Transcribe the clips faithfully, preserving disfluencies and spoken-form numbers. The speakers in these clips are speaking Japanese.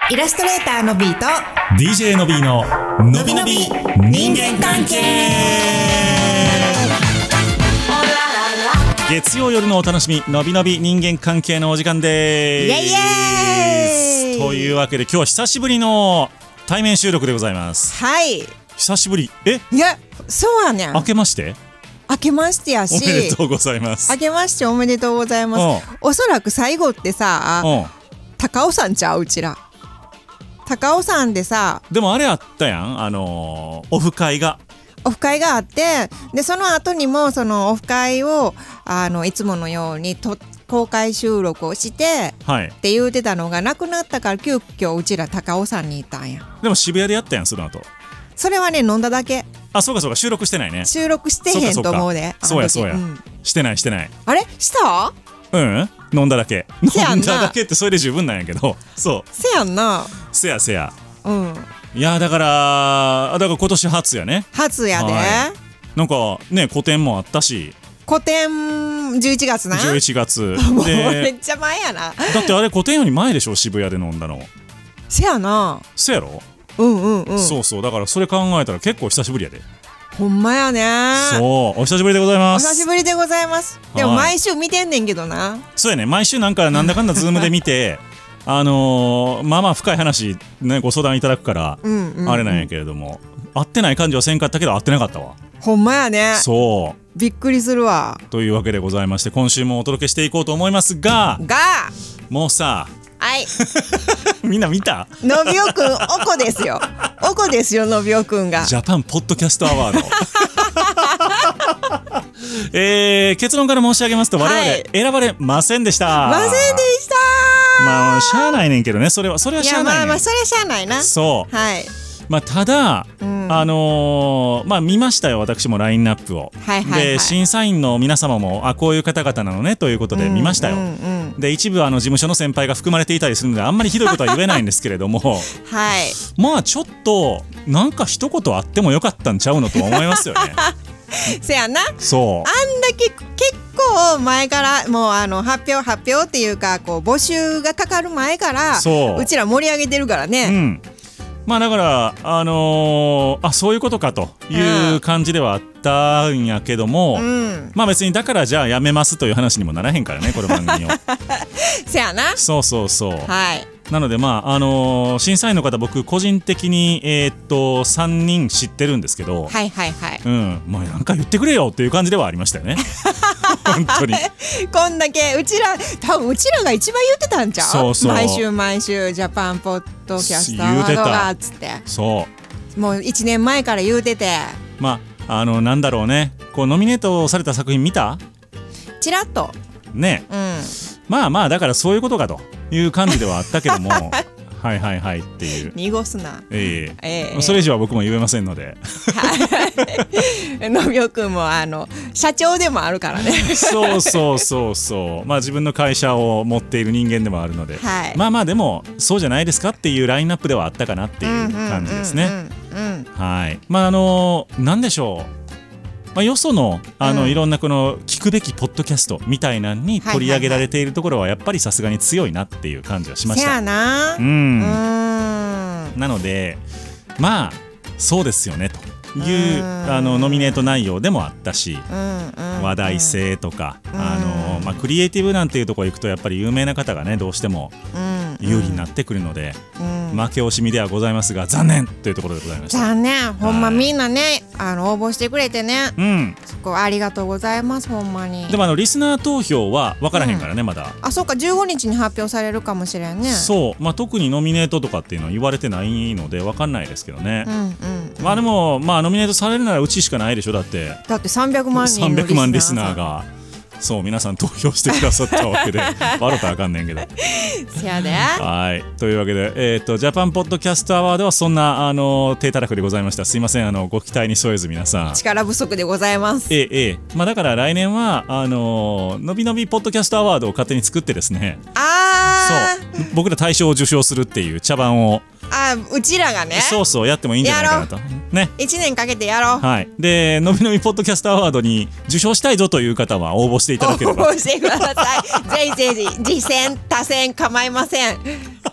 イラストレーターのビーとディージェー のビーののびのび人間関係。月曜夜のお楽しみ、のびのび人間関係のお時間でーす。 イエイイエーイ。 というわけで今日は久しぶりの対面収録でございます。 はい、 久しぶり。えいや、そうやねん。 明けまして明けましてやし、 おめでとうございます。 明けましておめでとうございます。おそらく最後ってさ、高尾山ちゃう、うちら高尾山でさ。 でもあれあったやん、あのー、オフ会がオフ会があって、でその後にもそのオフ会をあのいつものようにと公開収録をして、はい、って言うてたのがなくなったから、急遽うちら高尾山に行ったんや。 でも渋谷でやったやん、その後。それはね、飲んだだけ。 あ、そうかそうか、収録してないね。 収録してへんと思うで。 そうやそうや、うん、してないしてない。 あれしたうん、飲んだだけ。飲んだだけってそれで十分なんやけど。そうせやんな。 せやせや。 うん。 いやだからだから今年初やね。 初やで、はい、 なんかね、個展もあったし。 個展じゅういちがつな。 じゅういちがつもうめっちゃ前やな。 だってあれ個展より前でしょ、渋谷で飲んだの。 せやな。 せやろ。 うんうんうん。 そうそう、だからそれ考えたら結構久しぶりやで。 ほんまやね。 そう、お久しぶりでございます。 お久しぶりでございます。でも毎週見てんねんけどな。 そうやね、毎週なんかなんだかんだズームで見てあのー、まあまあ深い話ね、ご相談いただくから、うんうんうん、あれなんやけれども、会ってない感じはせんかったけど会ってなかったわ。 ほんまやね。 そう、 びっくりするわ。 というわけでございまして、今週もお届けしていこうと思いますががもうさ、 はいみんな見た？ のびおくん、おこですよ。おこですよ、のびおくんが。 ジャパンポッドキャストアワードえー、結論から申し上げますと、我々選ばれませんでした。 ませんでした。 まあしゃあないねんけどね、それはそれはしゃあないねん。いや、まあまあそれはしゃあないな。 そう、 はい。 まあ、ただ、うん、あのー、まあ見ましたよ、私もラインナップを、はいはいはい、で審査員の皆様もあこういう方々なのねということで見ましたよ、うんうんうん、で一部あの事務所の先輩が含まれていたりするのであんまりひどいことは言えないんですけれどもはい、 まあちょっとなんか一言あってもよかったんちゃうのと思いますよねせやな。 そう、 あんだけ結構前からもうあの発表発表っていうか、こう募集がかかる前からうちら盛り上げてるからね、うん、 まあだからあのー、あそういうことかという感じではあったんやけども、うん、まあ別にだからじゃあやめますという話にもならへんからね、この番組をせやな。 そうそうそう、 はい。 なのでまああのー、審査員の方、僕個人的にえー、っとさんにん知ってるんですけど、 はいはいはい、 うん、まあなんか言ってくれよっていう感じではありましたよね本当にこんだけうちら、多分うちらが一番言ってたんちゃう。 そうそう、 毎週毎週ジャパンポッドキャストアワードがっつって、 そうもういちねんまえから言うてて、 まああのなんだろうね、こうノミネートされた作品見た？ チラッとね、うん、まあまあだからそういうことかという感じではあったけどもはいはいはいっていう。 濁すな。 ええええ、それ以上は僕も言えませんのでのびおくんもあの社長でもあるからねそうそうそうそう、まあ自分の会社を持っている人間でもあるので、はい、まあまあでもそうじゃないですかっていうラインナップではあったかなっていう感じですね。はい、まああのなんでしょう、まあ、よその、あの、うん、いろんなこの聞くべきポッドキャストみたいなのに取り上げられているところはやっぱりさすがに強いなっていう感じはしました。 せやな、 うん、うんなのでまあそうですよねというあのノミネート内容でもあったし、話題性とか、あの、まあ、クリエイティブなんていうところ行くとやっぱり有名な方がねどうしても有利になってくるので、負け惜しみではございますが残念というところでございました。 残念、ほんまみんなね、あの応募してくれてね、 うん、 そこありがとうございます、ほんまに。 でもあのリスナー投票は分からへんからね、うん、まだ。 あ、そうか、じゅうごにちに発表されるかもしれんね。 そう、まあ、特にノミネートとかっていうのは言われてないので分かんないですけどね、うんうんうん、まあでもまあノミネートされるならうちしかないでしょ。だってだってさんびゃくまんにんのさんびゃくまんリスナーがそう皆さん投票してくださったわけで笑ったらあかんねんけどせやで。 はいというわけで、えー、とジャパンポッドキャストアワードはそんなあの手たらくでございました。すいません、あのご期待に添えず皆さん力不足でございます。 ええええ、まあ、だから来年はあののびのびポッドキャストアワードを勝手に作ってですね、 あそう僕ら大賞を受賞するっていう茶番を、 あうちらがね、 そうそうやってもいいんじゃないかなとね、 いちねんかけてやろう。 はい、でのびのびポッドキャストアワードに受賞したいぞという方は応募していただければ応募してくださいぜひぜひ次戦他戦構いません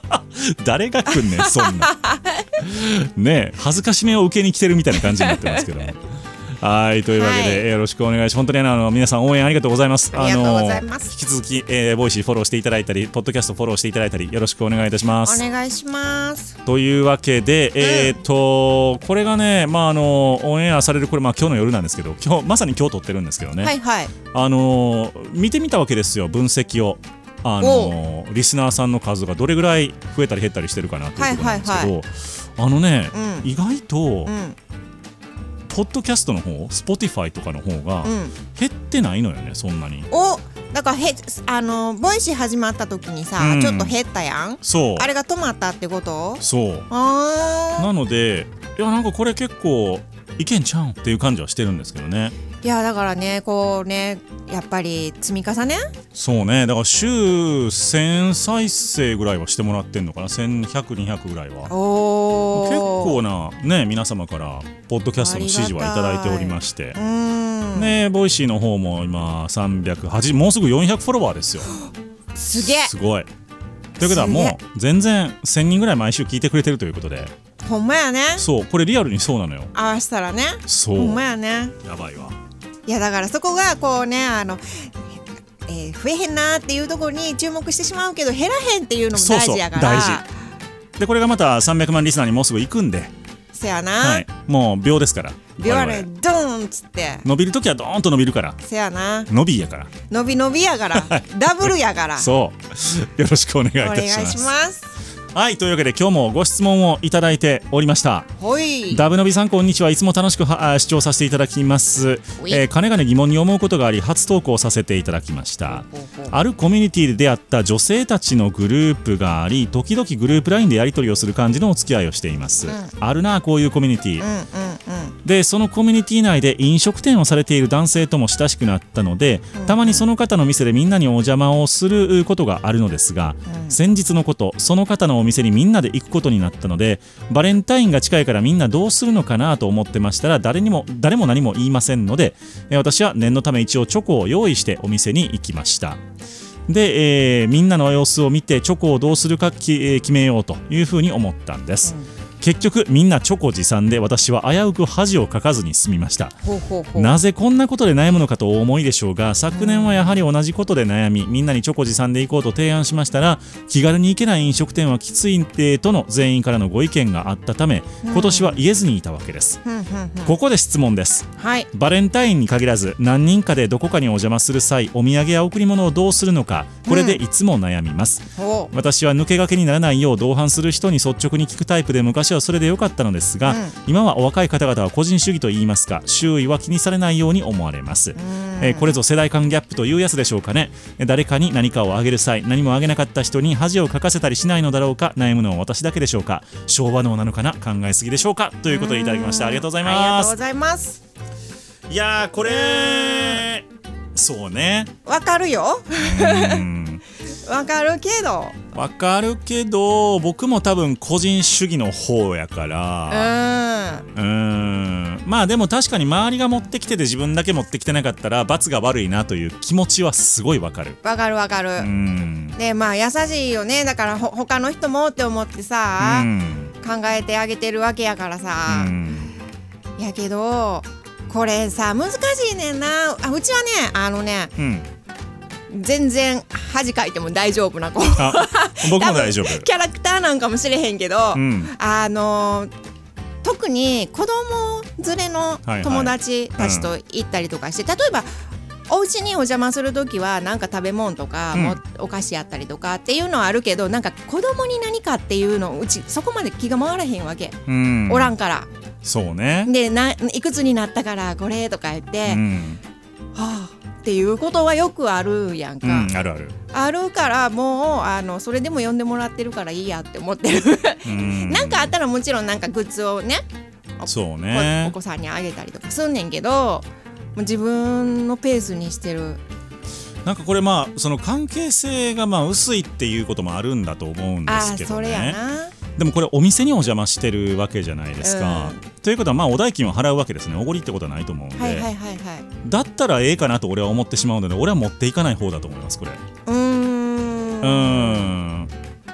誰が来んねんそんなねえ恥ずかしめを受けに来てるみたいな感じになってますけどはいというわけで、はい、よろしくお願いします。本当にあの皆さん応援ありがとうございます。 ありがとうございます。 引き続き、えー、ボイシーフォローしていただいたりポッドキャストフォローしていただいたりよろしくお願いいたします。 お願いします。 というわけで、えーと、うん、これがね、まあ、あのオンエアされるこれ、まあ、今日の夜なんですけど今日まさに今日撮ってるんですけどね、 はいはい、あの見てみたわけですよ分析を。あのリスナーさんの数がどれぐらい増えたり減ったりしてるかなということなんですけど、はいはいはい、あのね、うん、意外と、うんポッドキャストの方 Spotify とかの方が減ってないのよね、うん、そんなに。 おだからへあのボイシー始まった時にさ、うん、ちょっと減ったやん。 そうあれが止まったってこと？ そうあなのでいやなんかこれ結構いけんちゃうんっていう感じはしてるんですけどね。 いやだからねこうねやっぱり積み重ね。 そうねだから週せん再生ぐらいはしてもらってんのかなせんひゃく、にひゃくぐらいは。 お結構なね皆様からポッドキャストの支持はいただいておりまして、 うんねボイシーの方も今さんびゃくはちもうすぐよんひゃくフォロワーですよ。 すげえすごい。ということはもう全然せんにんぐらい毎週聞いてくれてるということで。 ほんまやね。 そうこれリアルにそうなのよ。 合わせたらね。 そうほんまやね。 やばいわ。 いやだからそこがこうねあの、えー、増えへんなっていうところに注目してしまうけど減らへんっていうのも大事やから。 そうそう大事でこれがまたさんびゃくまんリスナーにもうすぐ行くんで。 せやな、 はい、もう秒ですから秒あれドーンっつって伸びるときはドーンと伸びるから。 せやな伸びやから伸び伸びやからダブルやからそうよろしくお願いいたします。 お願いします。 はいというわけで今日もご質問をいただいておりました。 ほいダブのびさんこんにちは。いつも楽しく視聴させていただきます、えー、かねがね疑問に思うことがあり初投稿させていただきました。あるコミュニティで出会った女性たちのグループがあり時々グループラインでやり取りをする感じのお付き合いをしています、うん、あるなこういうコミュニティ、 うんうんうん、 でそのコミュニティ内で飲食店をされている男性とも親しくなったので、うんうん、たまにその方の店でみんなにお邪魔をすることがあるのですが、うん、先日のことその方のお店にみんなで行くことになったのでバレンタインが近いからみんなどうするのかなと思ってましたら誰にも誰も何も言いませんので私は念のため一応チョコを用意してお店に行きました。で、えー、みんなの様子を見てチョコをどうするかき、えー、決めようというふうに思ったんです、うん結局みんなチョコ持参で私は危うく恥をかかずに済みました。 ほうほうほうなぜこんなことで悩むのかとお思いでしょうが昨年はやはり同じことで悩みみんなにチョコ持参で行こうと提案しましたら気軽に行けない飲食店はきついってとの全員からのご意見があったため今年は言えずにいたわけです、 うんうんうん、 ここで質問です、 はい、 バレンタインに限らず何人かでどこかにお邪魔する際お土産や贈り物をどうするのかこれでいつも悩みます、うん、私は抜け駆けにならないよう同伴する人に率直に聞くタイプで昔はそれでよかったのですが、うん、今はお若い方々は個人主義といいますか周囲は気にされないように思われます、えー、これぞ世代間ギャップというやつでしょうかね。誰かに何かをあげる際何もあげなかった人に恥をかかせたりしないのだろうか悩むのは私だけでしょうか昭和脳なのかな考えすぎでしょうかということでいただきました。ありがとうございます。 ありがとうございます。 いやーこれそうねわかるよわかるけどわかるけど僕も多分個人主義の方やからうーんまあでも確かに周りが持ってきてて自分だけ持ってきてなかったら罰が悪いなという気持ちはすごいわかるわかるわかるうんでまあ優しいよねだからほ他の人もって思ってさ考えてあげてるわけやからさやけどこれさ難しいねんなあうちはねあのね、うん全然恥かいても大丈夫な子僕も大丈夫キャラクターなんかもしれへんけど、うん、あの特に子供連れの友達たちと行ったりとかして、はいはいうん、例えばお家にお邪魔するときはなんか食べ物とか、うん、もお菓子やったりとかっていうのはあるけどなんか子供に何かっていうのうちそこまで気が回らへんわけ、うん、おらんからそうねでないくつになったからこれとか言って、うん、はあっていうことはよくあるやんか、 うん、あるあるあるからもうあのそれでも呼んでもらってるからいいやって思ってるんなんかあったらもちろんなんかグッズをねそうねお, お子さんにあげたりとかすんねんけどもう自分のペースにしてる。 なんかこれまあその関係性がまあ薄いっていうこともあるんだと思うんですけどね。あそれやな。でもこれお店にお邪魔してるわけじゃないですか、うん、ということはまあお代金を払うわけですね。おごりってことはないと思うんで、 はいはいはいはい、 だったらええかなと俺は思ってしまうので俺は持っていかない方だと思いますこれ。 うーんうーん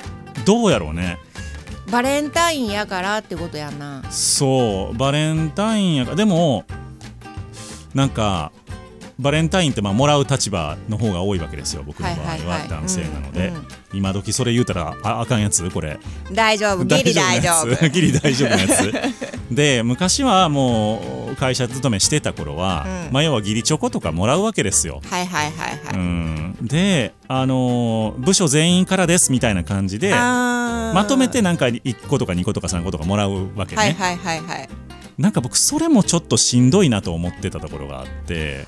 どうやろうね。 バレンタインやからってことやな。 そうバレンタインやから。でもなんかバレンタインってまあもらう立場の方が多いわけですよ、僕の場合は男性なので。今時それ言うたら あ, あかんやつこれ。 大丈夫、ギリ大丈夫ギリ大丈夫なやつで、昔はもう会社勤めしてた頃は、うん、まあ要は義理チョコとかもらうわけですよ。 はいはいはいはい。 うん、で、あのー、部署全員からですみたいな感じでまとめてなんかいっことかにことかさんことかもらうわけね。 はいはいはいはい。 なんか僕それもちょっとしんどいなと思ってたところがあって、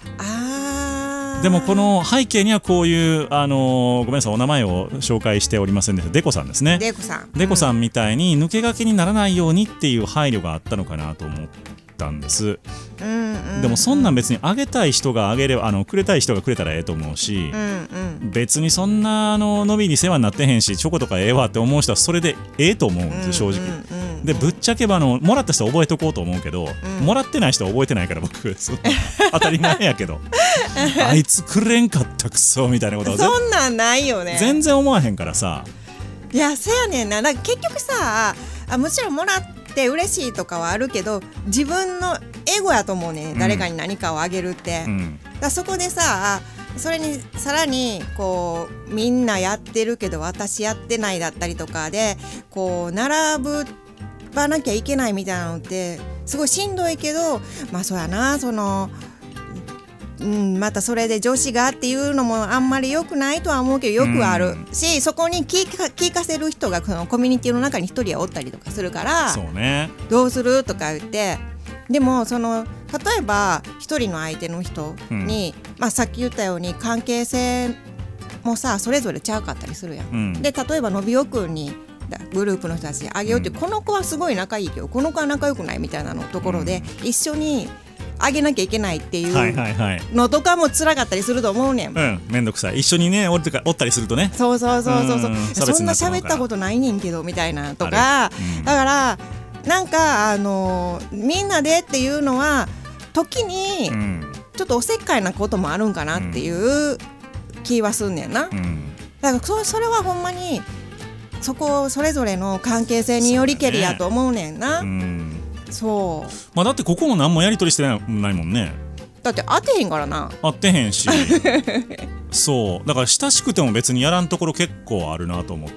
あでもこの背景にはこういう、あのー、ごめんなさいお名前を紹介しておりませんでしたデコさんですね。 デコさん、 デコさんみたいに抜け駆けにならないようにっていう配慮があったのかなと思ったんです。 うんうんうん、 でもそんなん別にあげたい人があげれば、あのくれたい人がくれたらええと思うし、 うんうん、 別にそんなあののびに世話になってへんしチョコとかええわって思う人はそれでええと思うんですよ、正直。でぶっちゃけばのもらった人は覚えとこうと思うけど、うん、もらってない人は覚えてないから僕当たり前やけどあいつくれんかったくそみたいなことはそんなんないよね。 全然思わへんからさ。 いやせやねんな。だから結局さあ、もちろんもらって嬉しいとかはあるけど自分のエゴやと思うね、うん、誰かに何かをあげるって、うん、だそこでさそれにさらにこうみんなやってるけど私やってないだったりとかでこう並ぶばなきゃいけないみたいなのってすごいしんどいけど、まあそうやな、その、うん、またそれで女子がっていうのもあんまり良くないとは思うけどよくあるし、うん、そこに聞か、聞かせる人がそのコミュニティの中に一人はおったりとかするから、 そうね、 どうするとか言って。でもその例えば一人の相手の人に、うん、まあ、さっき言ったように関係性もさそれぞれちゃうかったりするやん、うん、で例えばのびおくんにグループの人たちにあげようって、うん、この子はすごい仲いいけどこの子は仲良くないみたいなのところで、うん、一緒にあげなきゃいけないっていうのとかも辛かったりすると思うねん。 うん、めんどくさい。一緒にねおるとかおったりするとね。 そうそうそうそうそう、うん、そんな喋ったことないねんけどみたいなとか、うん、だからなんかあのー、みんなでっていうのは時にちょっとおせっかいなこともあるんかなっていう気はすんねんな、うん、だから そ, それはほんまにそこそれぞれの関係性によりけりやと思うねんな。そう、ね、うん、そう、 まあ、だってここも何もやり取りしてないもんね。 だって会ってへんからな。 会ってへんしそうだから親しくても別にやらんところ結構あるなと思って。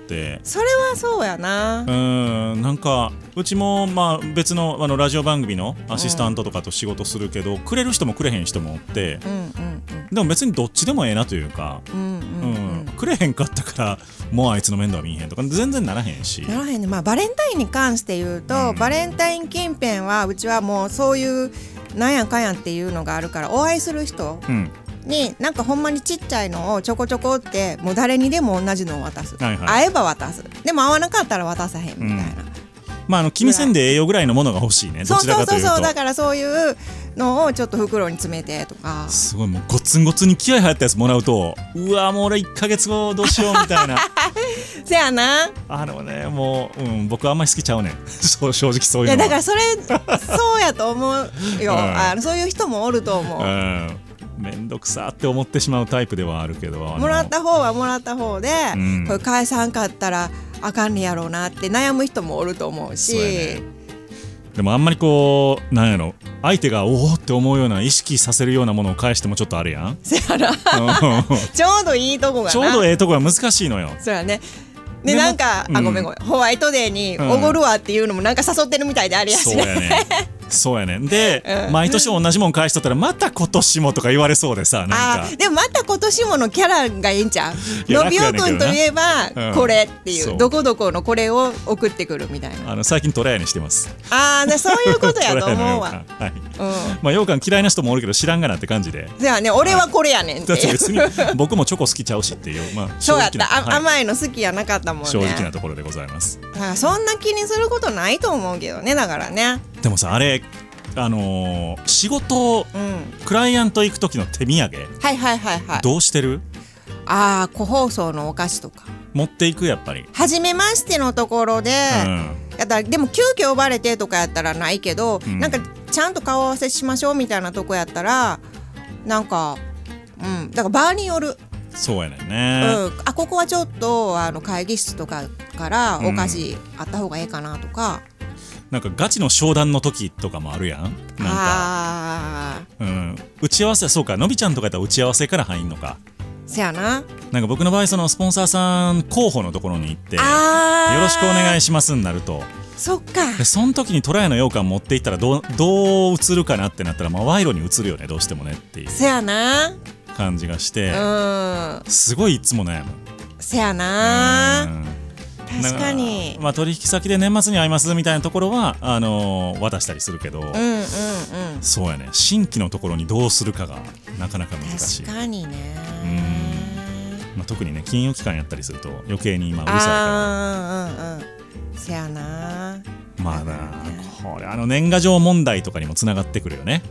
それはそうやな。 うーん、なんかうちもまあ別 の, あのラジオ番組のアシスタントとかと仕事するけど、うん、くれる人もくれへん人もおって、うんうんうん、でも別にどっちでもええなというか、うんうんうんうん、くれへんかったからもうあいつの面倒見えへんとか全然ならへんし。 ならへんね。まあバレンタインに関して言うと、うん、バレンタイン近辺はうちはもうそういうなんやかんやっていうのがあるからお会いする人になんかほんまにちっちゃいのをちょこちょこってもう誰にでも同じのを渡す、はいはい、会えば渡す、でも会わなかったら渡さへんみたいな、うん、 まあ、あの気にせんでええよぐらいのものが欲しいね。どちらかというと。そうそうそうそう、だからそういうのをちょっと袋に詰めてとか。 すごいもうゴツンゴツンに気合入ったやつもらうとうわもう俺いっかげつごどうしようみたいなせやな。 あのねもう、うん、僕あんまり好きちゃうねんそう正直そういうのは。 いやだからそれそうやと思うよ、うん、あのそういう人もおると思う、うん、 めんどくさって思ってしまうタイプではあるけど、 もらった方はもらった方で、うん、これ返さんかったらあかんねやろうなって悩む人もおると思うし。そうやね。 でもあんまりこうなんやろ相手がおおって思うような意識させるようなものを返してもちょっとあるやん。 せやなちょうどいいとこがな、 ちょうどええとこが難しいのよ。 そうやね。でなんか、うん、あごめんごめんホワイトデーにおごるわっていうのもなんか誘ってるみたいでありやしね、うん、そうやねそうやねんで、うん、毎年同じもん返しとったらまた今年もとか言われそうでさ、なんかあでもまた今年ものキャラがいいんちゃう。のびおくんといえばこれっていう、うん、どこどこのこれを送ってくるみたいな。 あの最近トラヤにしてます。 ああそういうことやと思うわはい、うん、まあ羊羹嫌いな人もおるけど知らんがなって感じで。 じゃあね俺はこれやねんって、はい、だって別に僕もチョコ好きちゃうしっていう、まあ、 そうやった、はい、甘いの好きやなかったもんね。 正直なところでございます。 だからそんな気にすることないと思うけどね。だからね。 でもさあれあのー、仕事、うん、クライアント行く時の手土産、 はいはいはいはい、 どうしてる？ ああ個包装のお菓子とか持っていく。やっぱり初めましてのところで、うん、やったらでも急遽呼ばれてとかやったらないけど、うん、なんかちゃんと顔合わせしましょうみたいなとこやったらなんか、うん、だから場による。 そうやねんね、 うん、あここはちょっとあの会議室とかからお菓子あった方がいいかなとか、 うん、なんかガチの商談の時とかもあるやん。なんかあ、うん、打ち合わせそうかのびちゃんとかやったら打ち合わせから入んのか。 せやな。 なんか僕の場合そのスポンサーさん候補のところに行ってよろしくお願いしますになると、 そっか。 でその時にトラヤの羊羹持っていったらどうどう映るかなってなったら、まあ、賄賂に映るよねどうしてもねっていうせやな感じがして、 うん、 すごいいつも悩む。 せやな、うん、確かに。 まあ、取引先で年末に会いますみたいなところはあのー、渡したりするけど、うんうんうん、そうやね新規のところにどうするかがなかなか難しい。 確かにね、 うん、まあ、特にね金融機関やったりすると余計に今うるさいから。 あ、うんうん、せやな。 まあな、これあの年賀状問題とかにもつながってくるよね。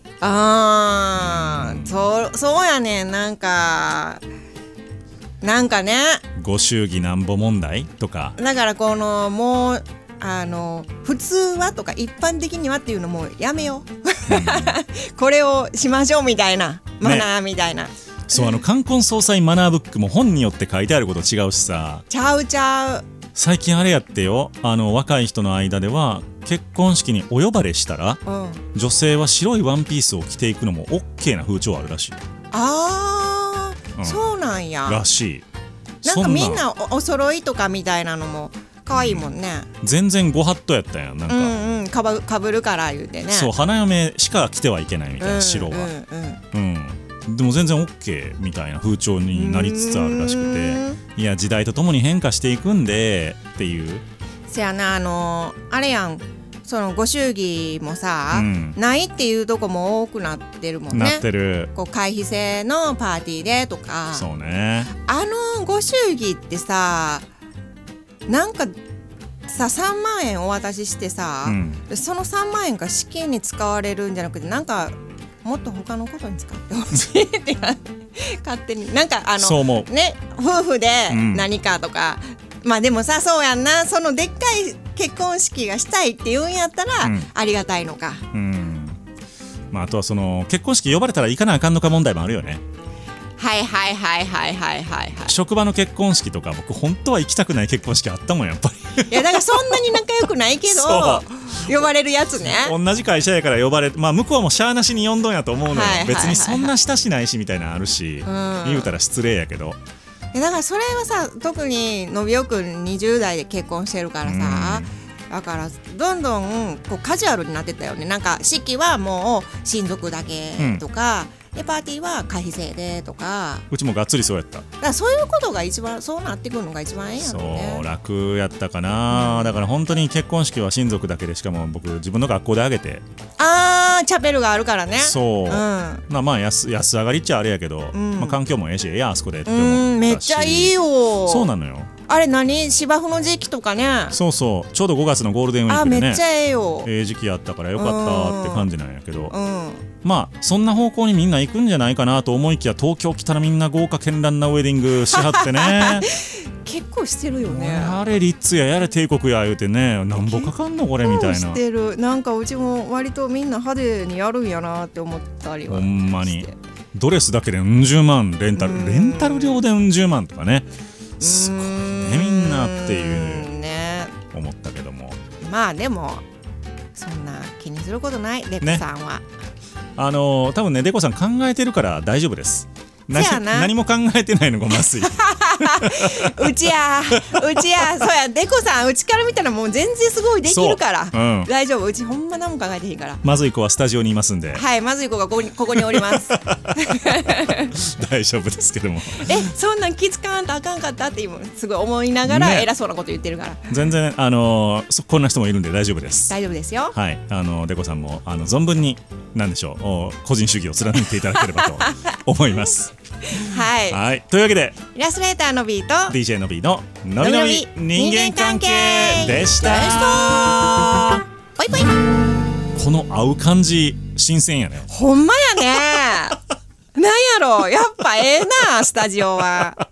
ああ、うん、そうそうやね。なんかなんかねご祝儀なんぼ問題とか。 だからこのもうあの普通はとか一般的にはっていうのもやめよう、うん、これをしましょうみたいなマナーみたいな、ね、 そうあの冠婚葬祭マナーブックも本によって書いてあること違うしさ。 ちゃうちゃう。 最近あれやってよ、あの若い人の間では結婚式にお呼ばれしたら、うん、女性は白いワンピースを着ていくのも OK な風潮あるらしい。 あー、うん、そうなんやらしい。 なんかみんな お, お揃いとかみたいなのも可愛いもんね、 うん、全然ご法度やったんやん。なんか、 うんうん、かぶ、かぶるから言うてね。 そう花嫁しか着てはいけないみたいな、うん、白は、うんうんうん、でも全然 OK みたいな風潮になりつつあるらしくて、いや時代とともに変化していくんでっていう。 せやな、あのー、あれやん、そのご祝儀もさ、うん、ないっていうとこも多くなってるもんね。 なってる。 こう会費制のパーティーでとか。 そうね。 あのご祝儀ってさ、なんかささんまんえんお渡ししてさ、うん、そのさんまんえんが資金に使われるんじゃなくて、なんかもっと他のことに使ってほしいって勝手になんかあのそう思うね、夫婦で何かとか、うん、まあでもさ、そうやんな、そのでっかい結婚式がしたいって言うんやったら、うん、ありがたいのか、うん、 まあ、あとはその結婚式呼ばれたら行かなあかんのか問題もあるよね。 はいはいはいはいはいはい、はい、 職場の結婚式とか僕本当は行きたくない結婚式あったもんやっぱり。 いやだからそんなに仲良くないけど呼ばれるやつね。 同じ会社やから呼ばれて、まあ向こうもしゃーなしに呼んどんやと思うのよ、はいはいはいはい、別にそんな親しないしみたいなのあるし、うん、言うたら失礼やけど。 いやだからそれはさ、特にのびおくんにじゅう代で結婚してるからさ、うん、だからどんどんこうカジュアルになってたよね。なんか式はもう親族だけとか、うん、でパーティーは会費制でとか。 うちもがっつりそうやった。だからそういうことが一番、そうなってくるのが一番ええやろね。 そう楽やったかな、うん、だから本当に結婚式は親族だけで、しかも僕自分の学校であげて、 あーチャペルがあるからね。 そう、うん、まあまあ 安, 安上がりっちゃあれやけど、うん、まあ、環境もええしええやあそこでって思ったし、うん、 めっちゃいいよ。 そうなのよ。 あれ何、芝生の時期とかね。 そうそう、ちょうどごがつのゴールデンウィークでね、 あめっちゃええよ、 ええ時期やったからよかったって感じなんやけど、うん、まあそんな方向にみんな行くんじゃないかなと思いきや、東京来たらみんな豪華絢爛なウェディングしはってね。 結構してるよね。 あれリッツややれ帝国や言うてね、なんぼかかんのこれみたいな。 してる。なんかうちも割とみんな派手にやるんやなって思ったりはして。 ほんまにドレスだけでうん十万、レンタルレンタル料でうん十万とかね、すごいねみんなっていうね思ったけども、 まあでもそんな気にすることない。デコさんは、ね、 あのー、多分ねデコさん考えてるから大丈夫です。何, 何も考えてないのがまずい。 うちやうちやそうや、デコさんうちから見たらもう全然すごいできるから、うん、大丈夫。うちほんま何も考えてへんから。 まずい子はスタジオにいますんで。 はい、まずい子がここに、ここにおります。 大丈夫ですけども。 え、そんなん気使わんとあかんかったって今すごい思いながら偉そうなこと言ってるから、ね、 全然あのー、こんな人もいるんで大丈夫です。 大丈夫ですよ。 はい、あのデコさんもあの存分に何でしょう個人主義を貫いていただければと思います。 はい、 はい、というわけでイラストレーターのビーとディージェー のビーののびのび人間関係でした。 ぽいぽい。 この合う感じ新鮮やね。 ほんまやね。なんやろ、やっぱええなスタジオは。